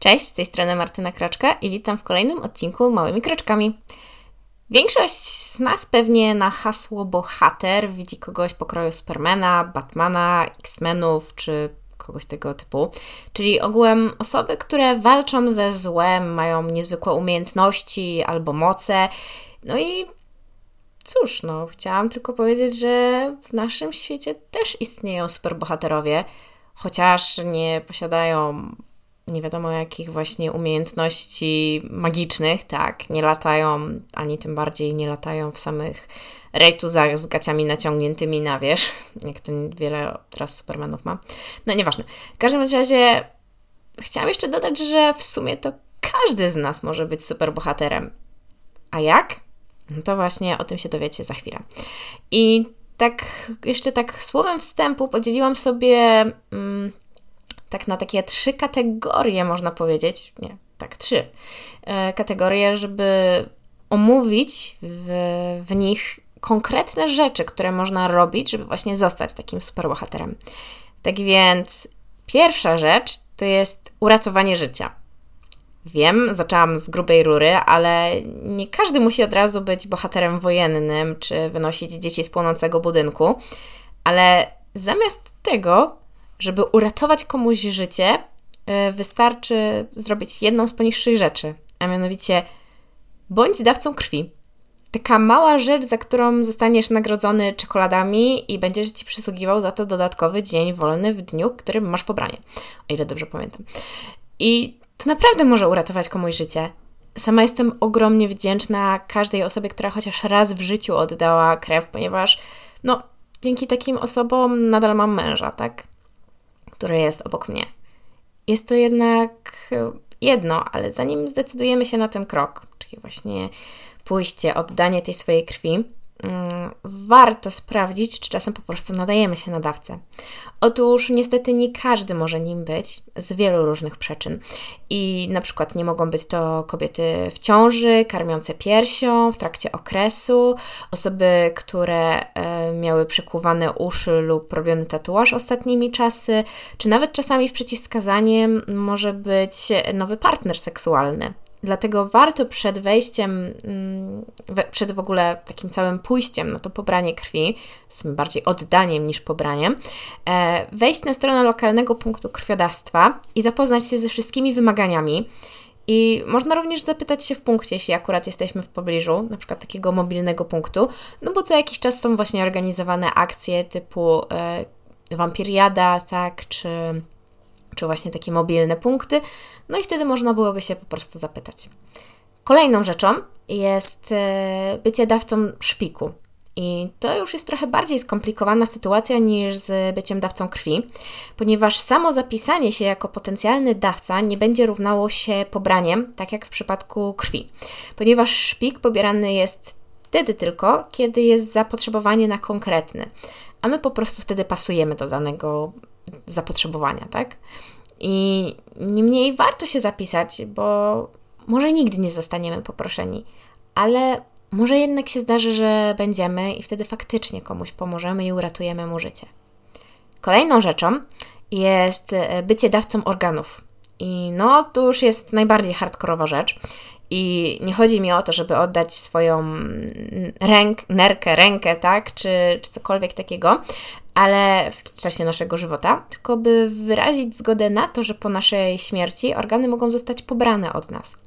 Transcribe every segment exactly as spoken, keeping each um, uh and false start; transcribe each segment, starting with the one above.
Cześć, z tej strony Martyna Kroczka i witam w kolejnym odcinku Małymi Kroczkami. Większość z nas pewnie na hasło bohater widzi kogoś pokroju Supermana, Batmana, X-Menów czy kogoś tego typu. Czyli ogółem osoby, które walczą ze złem, mają niezwykłe umiejętności albo moce. No i cóż, no chciałam tylko powiedzieć, że w naszym świecie też istnieją superbohaterowie, chociaż nie posiadają nie wiadomo jakich właśnie umiejętności magicznych, tak, nie latają, ani tym bardziej nie latają w samych rejtuzach z gaciami naciągniętymi na wierzch, jak to wiele teraz Supermanów ma. No nieważne. W każdym razie chciałam jeszcze dodać, że w sumie to każdy z nas może być superbohaterem. A jak? No to właśnie o tym się dowiecie za chwilę. I tak jeszcze tak słowem wstępu podzieliłam sobie mm, tak na takie trzy kategorie, można powiedzieć, nie, tak trzy e, kategorie, żeby omówić w, w nich konkretne rzeczy, które można robić, żeby właśnie zostać takim superbohaterem. Tak więc pierwsza rzecz to jest uratowanie życia. Wiem, zaczęłam z grubej rury, ale nie każdy musi od razu być bohaterem wojennym, czy wynosić dzieci z płonącego budynku, ale zamiast tego, żeby uratować komuś życie, wystarczy zrobić jedną z poniższych rzeczy, a mianowicie bądź dawcą krwi. Taka mała rzecz, za którą zostaniesz nagrodzony czekoladami i będziesz Ci przysługiwał za to dodatkowy dzień wolny w dniu, w którym masz pobranie, o ile dobrze pamiętam. I to naprawdę może uratować komuś życie. Sama jestem ogromnie wdzięczna każdej osobie, która chociaż raz w życiu oddała krew, ponieważ no, dzięki takim osobom nadal mam męża, tak? Który jest obok mnie. Jest to jednak jedno, ale zanim zdecydujemy się na ten krok, czyli właśnie pójście, oddanie tej swojej krwi, warto sprawdzić, czy czasem po prostu nadajemy się na dawcę. Otóż niestety nie każdy może nim być z wielu różnych przyczyn. I na przykład nie mogą być to kobiety w ciąży, karmiące piersią, w trakcie okresu, osoby, które e, miały przekuwane uszy lub robiony tatuaż ostatnimi czasy, czy nawet czasami przeciwwskazaniem może być nowy partner seksualny. Dlatego warto przed wejściem, przed w ogóle takim całym pójściem na to pobranie krwi, w sumie bardziej oddaniem niż pobraniem, wejść na stronę lokalnego punktu krwiodawstwa i zapoznać się ze wszystkimi wymaganiami. I można również zapytać się w punkcie, jeśli akurat jesteśmy w pobliżu, na przykład takiego mobilnego punktu, no bo co jakiś czas są właśnie organizowane akcje typu e, wampiriada, tak, czy... czy właśnie takie mobilne punkty, no i wtedy można byłoby się po prostu zapytać. Kolejną rzeczą jest bycie dawcą szpiku. I to już jest trochę bardziej skomplikowana sytuacja niż z byciem dawcą krwi, ponieważ samo zapisanie się jako potencjalny dawca nie będzie równało się pobraniem, tak jak w przypadku krwi, ponieważ szpik pobierany jest wtedy tylko, kiedy jest zapotrzebowanie na konkretny, a my po prostu wtedy pasujemy do danego zapotrzebowania, tak? I niemniej warto się zapisać, bo może nigdy nie zostaniemy poproszeni, ale może jednak się zdarzy, że będziemy i wtedy faktycznie komuś pomożemy i uratujemy mu życie. Kolejną rzeczą jest bycie dawcą organów. I no, to już jest najbardziej hardkorowa rzecz. I nie chodzi mi o to, żeby oddać swoją ręk, nerkę, rękę, tak, czy, czy cokolwiek takiego, ale w czasie naszego żywota, tylko by wyrazić zgodę na to, że po naszej śmierci organy mogą zostać pobrane od nas.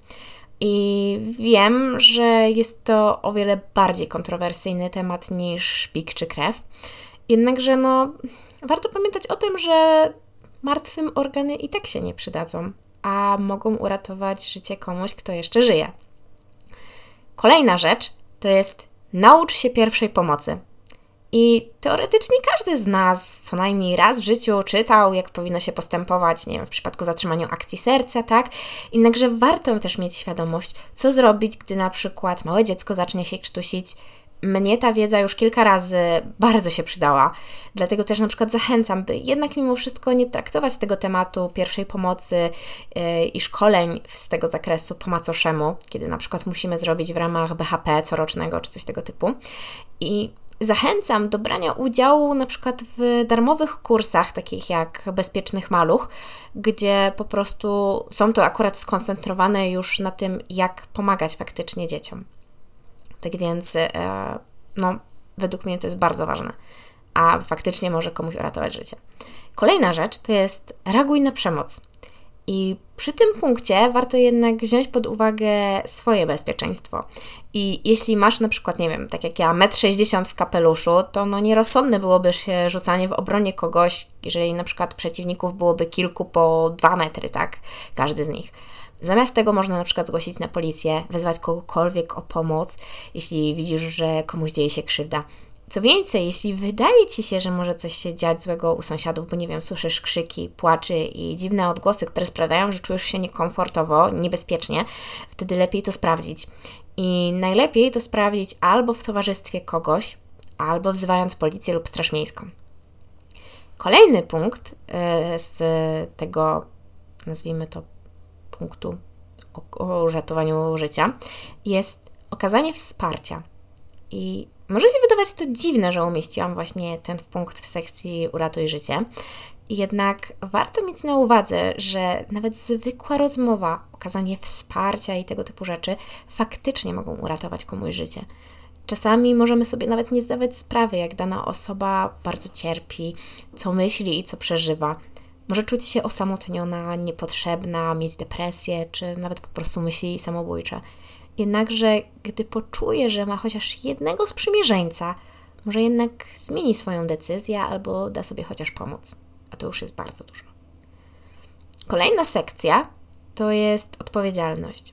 I wiem, że jest to o wiele bardziej kontrowersyjny temat niż szpik czy krew, jednakże no, warto pamiętać o tym, że martwym organy i tak się nie przydadzą, a mogą uratować życie komuś, kto jeszcze żyje. Kolejna rzecz to jest naucz się pierwszej pomocy. I teoretycznie każdy z nas co najmniej raz w życiu czytał, jak powinno się postępować, nie wiem, w przypadku zatrzymania akcji serca, tak? Jednakże warto też mieć świadomość, co zrobić, gdy na przykład małe dziecko zacznie się krztusić. Mnie ta wiedza już kilka razy bardzo się przydała, dlatego też na przykład zachęcam, by jednak mimo wszystko nie traktować tego tematu pierwszej pomocy yy, i szkoleń z tego zakresu po macoszemu, kiedy na przykład musimy zrobić w ramach B H P corocznego czy coś tego typu. I zachęcam do brania udziału na przykład w darmowych kursach, takich jak Bezpiecznych Maluch, gdzie po prostu są to akurat skoncentrowane już na tym, jak pomagać faktycznie dzieciom. Tak więc, no, według mnie to jest bardzo ważne, a faktycznie może komuś uratować życie. Kolejna rzecz to jest reaguj na przemoc. I przy tym punkcie warto jednak wziąć pod uwagę swoje bezpieczeństwo. I jeśli masz na przykład, nie wiem, tak jak ja, metr sześćdziesiąt w kapeluszu, to no nierozsądne byłoby się rzucanie w obronie kogoś, jeżeli na przykład przeciwników byłoby kilku po dwa metry, tak? Każdy z nich. Zamiast tego można na przykład zgłosić na policję, wezwać kogokolwiek o pomoc, jeśli widzisz, że komuś dzieje się krzywda. Co więcej, jeśli wydaje Ci się, że może coś się dziać złego u sąsiadów, bo nie wiem, słyszysz krzyki, płaczy i dziwne odgłosy, które sprawiają, że czujesz się niekomfortowo, niebezpiecznie, wtedy lepiej to sprawdzić. I najlepiej to sprawdzić albo w towarzystwie kogoś, albo wzywając policję lub straż miejską. Kolejny punkt z tego, nazwijmy to, punktu o, o ratowaniu życia jest okazanie wsparcia. I może się wydawać to dziwne, że umieściłam właśnie ten punkt w sekcji Uratuj życie. Jednak warto mieć na uwadze, że nawet zwykła rozmowa, okazanie wsparcia i tego typu rzeczy faktycznie mogą uratować komuś życie. Czasami możemy sobie nawet nie zdawać sprawy, jak dana osoba bardzo cierpi, co myśli i co przeżywa. Może czuć się osamotniona, niepotrzebna, mieć depresję, czy nawet po prostu myśli samobójcze. Jednakże, gdy poczuje, że ma chociaż jednego sprzymierzeńca, może jednak zmieni swoją decyzję albo da sobie chociaż pomóc. A to już jest bardzo dużo. Kolejna sekcja to jest odpowiedzialność.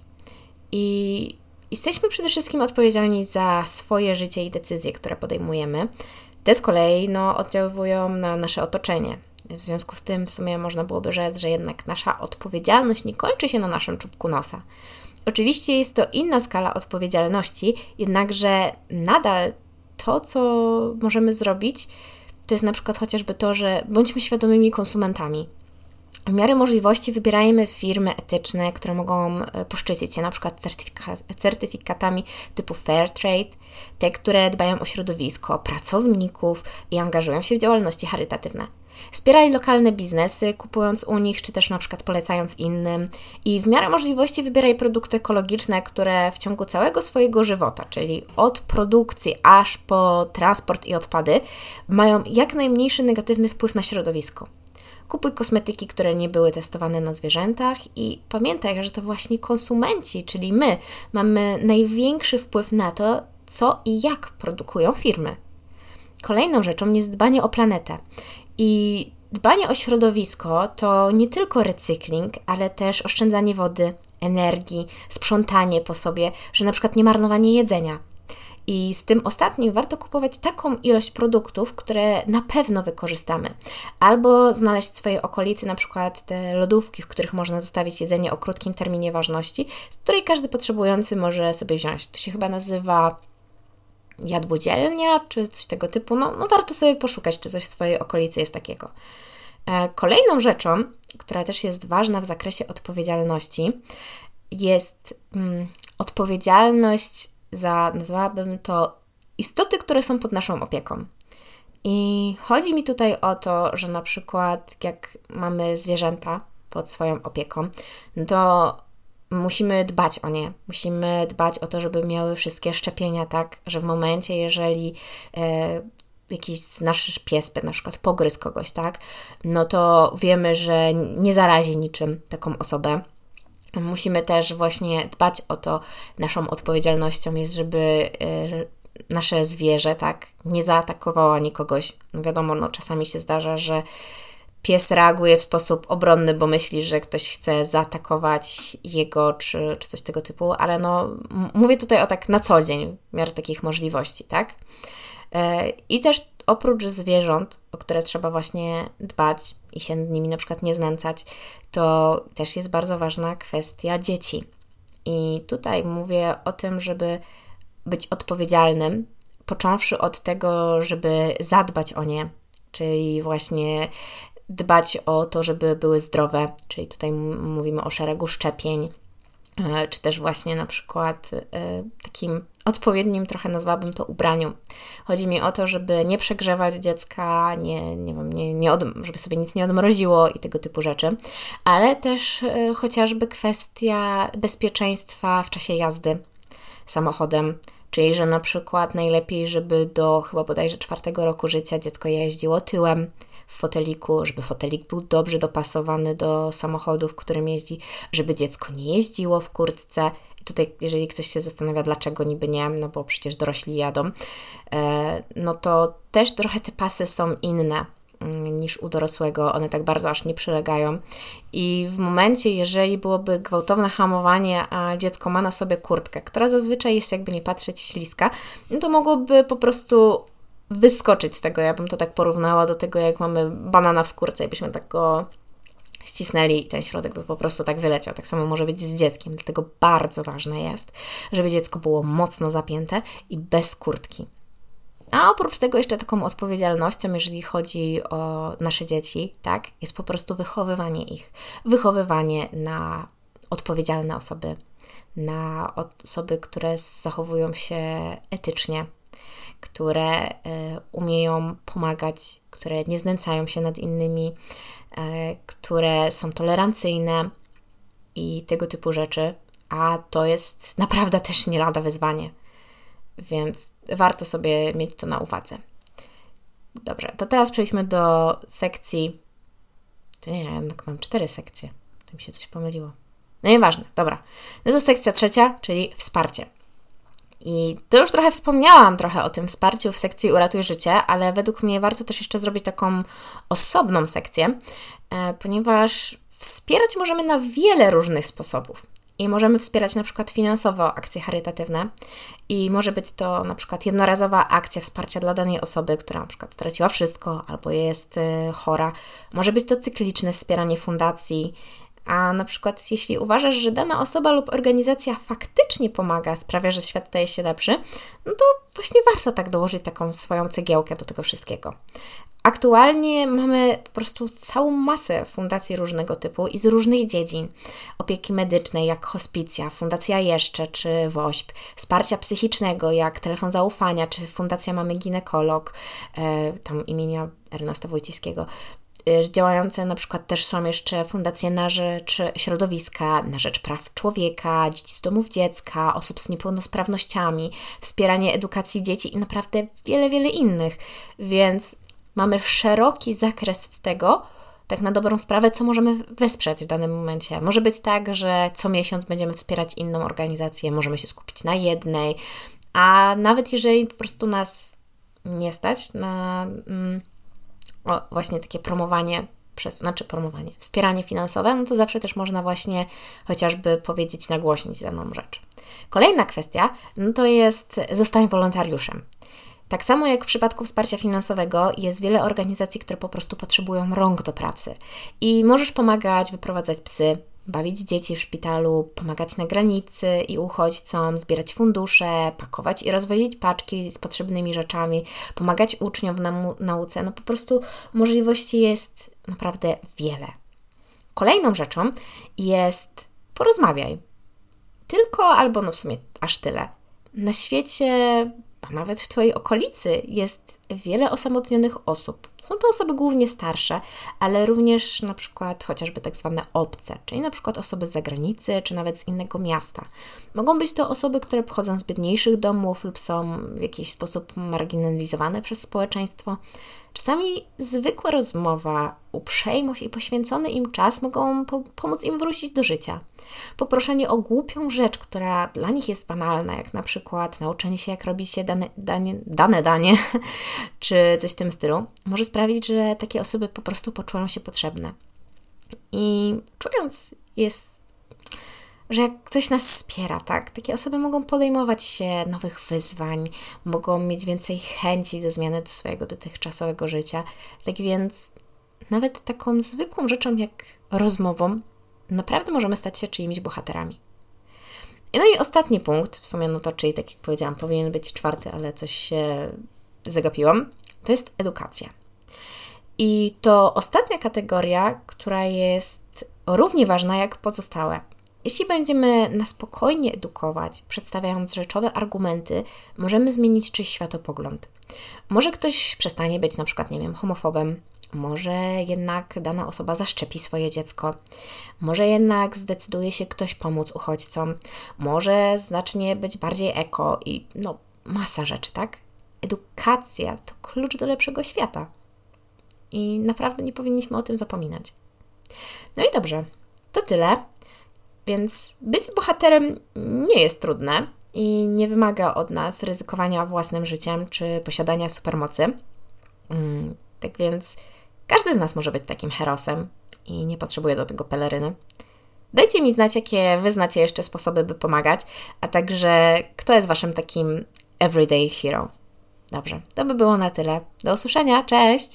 I jesteśmy przede wszystkim odpowiedzialni za swoje życie i decyzje, które podejmujemy. Te z kolei no, oddziaływują na nasze otoczenie. W związku z tym w sumie można byłoby rzec, że jednak nasza odpowiedzialność nie kończy się na naszym czubku nosa. Oczywiście jest to inna skala odpowiedzialności, jednakże nadal to, co możemy zrobić, to jest na przykład chociażby to, że bądźmy świadomymi konsumentami. W miarę możliwości wybierajmy firmy etyczne, które mogą poszczycić się na przykład certyfika- certyfikatami typu Fairtrade, te, które dbają o środowisko, pracowników i angażują się w działalności charytatywne. Wspieraj lokalne biznesy, kupując u nich, czy też na przykład polecając innym. I w miarę możliwości wybieraj produkty ekologiczne, które w ciągu całego swojego żywota, czyli od produkcji aż po transport i odpady, mają jak najmniejszy negatywny wpływ na środowisko. Kupuj kosmetyki, które nie były testowane na zwierzętach i pamiętaj, że to właśnie konsumenci, czyli my, mamy największy wpływ na to, co i jak produkują firmy. Kolejną rzeczą jest dbanie o planetę. I dbanie o środowisko to nie tylko recykling, ale też oszczędzanie wody, energii, sprzątanie po sobie, że na przykład nie marnowanie jedzenia. I z tym ostatnim warto kupować taką ilość produktów, które na pewno wykorzystamy. Albo znaleźć w swojej okolicy na przykład te lodówki, w których można zostawić jedzenie o krótkim terminie ważności, z której każdy potrzebujący może sobie wziąć. To się chyba nazywa jadłodzielnia, czy coś tego typu. No, no warto sobie poszukać, czy coś w swojej okolicy jest takiego. Kolejną rzeczą, która też jest ważna w zakresie odpowiedzialności, jest mm, odpowiedzialność za, nazwałabym to, istoty, które są pod naszą opieką. I chodzi mi tutaj o to, że na przykład jak mamy zwierzęta pod swoją opieką, no to musimy dbać o nie. Musimy dbać o to, żeby miały wszystkie szczepienia, tak, że w momencie, jeżeli e, jakiś nasz pies na przykład pogryzł kogoś, tak, no to wiemy, że nie zarazi niczym taką osobę. Musimy też właśnie dbać o to, naszą odpowiedzialnością jest, żeby e, nasze zwierzę, tak, nie zaatakowało ani kogoś. No wiadomo, no czasami się zdarza, że pies reaguje w sposób obronny, bo myśli, że ktoś chce zaatakować jego, czy, czy coś tego typu, ale no m- mówię tutaj o tak na co dzień, w miarę takich możliwości, tak? E, I też oprócz zwierząt, o które trzeba właśnie dbać i się nad nimi na przykład nie znęcać, to też jest bardzo ważna kwestia dzieci. I tutaj mówię o tym, żeby być odpowiedzialnym, począwszy od tego, żeby zadbać o nie, czyli właśnie dbać o to, żeby były zdrowe, czyli tutaj mówimy o szeregu szczepień, czy też właśnie na przykład takim odpowiednim trochę nazwałabym to ubraniu. Chodzi mi o to, żeby nie przegrzewać dziecka, nie, nie wiem, nie, nie od, żeby sobie nic nie odmroziło i tego typu rzeczy, ale też y, chociażby kwestia bezpieczeństwa w czasie jazdy samochodem, czyli że na przykład najlepiej, żeby do chyba bodajże czwartego roku życia dziecko jeździło tyłem w foteliku, żeby fotelik był dobrze dopasowany do samochodu, w którym jeździ, żeby dziecko nie jeździło w kurtce. I tutaj, jeżeli ktoś się zastanawia, dlaczego niby nie, no bo przecież dorośli jadą, no to też trochę te pasy są inne niż u dorosłego, one tak bardzo aż nie przylegają i w momencie, jeżeli byłoby gwałtowne hamowanie, a dziecko ma na sobie kurtkę, która zazwyczaj jest, jakby nie patrzeć, śliska, no to mogłoby po prostu wyskoczyć z tego. Ja bym to tak porównała do tego, jak mamy banana w skórce i byśmy tak go ścisnęli i ten środek by po prostu tak wyleciał. Tak samo może być z dzieckiem, dlatego bardzo ważne jest, żeby dziecko było mocno zapięte i bez kurtki. A oprócz tego jeszcze taką odpowiedzialnością, jeżeli chodzi o nasze dzieci, tak, jest po prostu wychowywanie ich. Wychowywanie na odpowiedzialne osoby, na osoby, które zachowują się etycznie, które y, umieją pomagać, które nie znęcają się nad innymi, y, które są tolerancyjne i tego typu rzeczy, a to jest naprawdę też nie lada wyzwanie. Więc warto sobie mieć to na uwadze. Dobrze, to teraz przejdźmy do sekcji... To nie, ja jednak mam cztery sekcje. To mi się coś pomyliło. No nieważne, dobra. No to sekcja trzecia, czyli wsparcie. I to już trochę wspomniałam trochę o tym wsparciu w sekcji Uratuj Życie, ale według mnie warto też jeszcze zrobić taką osobną sekcję, ponieważ wspierać możemy na wiele różnych sposobów. I możemy wspierać na przykład finansowo akcje charytatywne i może być to na przykład jednorazowa akcja wsparcia dla danej osoby, która na przykład straciła wszystko albo jest y, chora. Może być to cykliczne wspieranie fundacji, a na przykład jeśli uważasz, że dana osoba lub organizacja faktycznie pomaga, sprawia, że świat staje się lepszy, no to właśnie warto tak dołożyć taką swoją cegiełkę do tego wszystkiego. Aktualnie mamy po prostu całą masę fundacji różnego typu i z różnych dziedzin. Opieki medycznej jak Hospicja, Fundacja Jeszcze czy WOŚP, wsparcia psychicznego jak Telefon Zaufania czy Fundacja Mamy Ginekolog, e, tam imienia Ernesta Wojciechskiego. Działające na przykład też są jeszcze fundacje na rzecz środowiska, na rzecz praw człowieka, dzieci z domów dziecka, osób z niepełnosprawnościami, wspieranie edukacji dzieci i naprawdę wiele, wiele innych. Więc mamy szeroki zakres tego, tak na dobrą sprawę, co możemy wesprzeć w danym momencie. Może być tak, że co miesiąc będziemy wspierać inną organizację, możemy się skupić na jednej, a nawet jeżeli po prostu nas nie stać na mm, o, właśnie takie promowanie, przez, znaczy promowanie, wspieranie finansowe, no to zawsze też można właśnie chociażby powiedzieć, nagłośnić daną rzecz. Kolejna kwestia, no to jest zostań wolontariuszem. Tak samo jak w przypadku wsparcia finansowego jest wiele organizacji, które po prostu potrzebują rąk do pracy. I możesz pomagać, wyprowadzać psy, bawić dzieci w szpitalu, pomagać na granicy i uchodźcom, zbierać fundusze, pakować i rozwozić paczki z potrzebnymi rzeczami, pomagać uczniom w nau- nauce. No po prostu możliwości jest naprawdę wiele. Kolejną rzeczą jest porozmawiaj. Tylko albo no w sumie aż tyle. Na świecie, a nawet w Twojej okolicy jest wiele osamotnionych osób. Są to osoby głównie starsze, ale również na przykład chociażby tak zwane obce, czyli na przykład osoby z zagranicy, czy nawet z innego miasta. Mogą być to osoby, które pochodzą z biedniejszych domów lub są w jakiś sposób marginalizowane przez społeczeństwo. Czasami zwykła rozmowa, uprzejmość i poświęcony im czas mogą po- pomóc im wrócić do życia. Poproszenie o głupią rzecz, która dla nich jest banalna, jak na przykład nauczenie się, jak robi się dane danie, dane danie, czy coś w tym stylu, może sprawić, że takie osoby po prostu poczują się potrzebne. I czując jest, że jak ktoś nas wspiera, tak, takie osoby mogą podejmować się nowych wyzwań, mogą mieć więcej chęci do zmiany do swojego dotychczasowego życia. Tak więc nawet taką zwykłą rzeczą jak rozmową naprawdę możemy stać się czyimiś bohaterami. No i ostatni punkt, w sumie no to czyli tak jak powiedziałam, powinien być czwarty, ale coś się zagapiłam, to jest edukacja. I to ostatnia kategoria, która jest równie ważna jak pozostałe. Jeśli będziemy na spokojnie edukować, przedstawiając rzeczowe argumenty, możemy zmienić czyjś światopogląd. Może ktoś przestanie być na przykład, nie wiem, homofobem, może jednak dana osoba zaszczepi swoje dziecko, może jednak zdecyduje się ktoś pomóc uchodźcom, może zacznie być bardziej eko i no masa rzeczy, tak? Edukacja to klucz do lepszego świata i naprawdę nie powinniśmy o tym zapominać. No i dobrze, to tyle, więc być bohaterem nie jest trudne i nie wymaga od nas ryzykowania własnym życiem czy posiadania supermocy. Mm, tak więc każdy z nas może być takim herosem i nie potrzebuje do tego peleryny. Dajcie mi znać, jakie wy znacie jeszcze sposoby, by pomagać, a także kto jest waszym takim everyday hero. Dobrze, to by było na tyle. Do usłyszenia, cześć!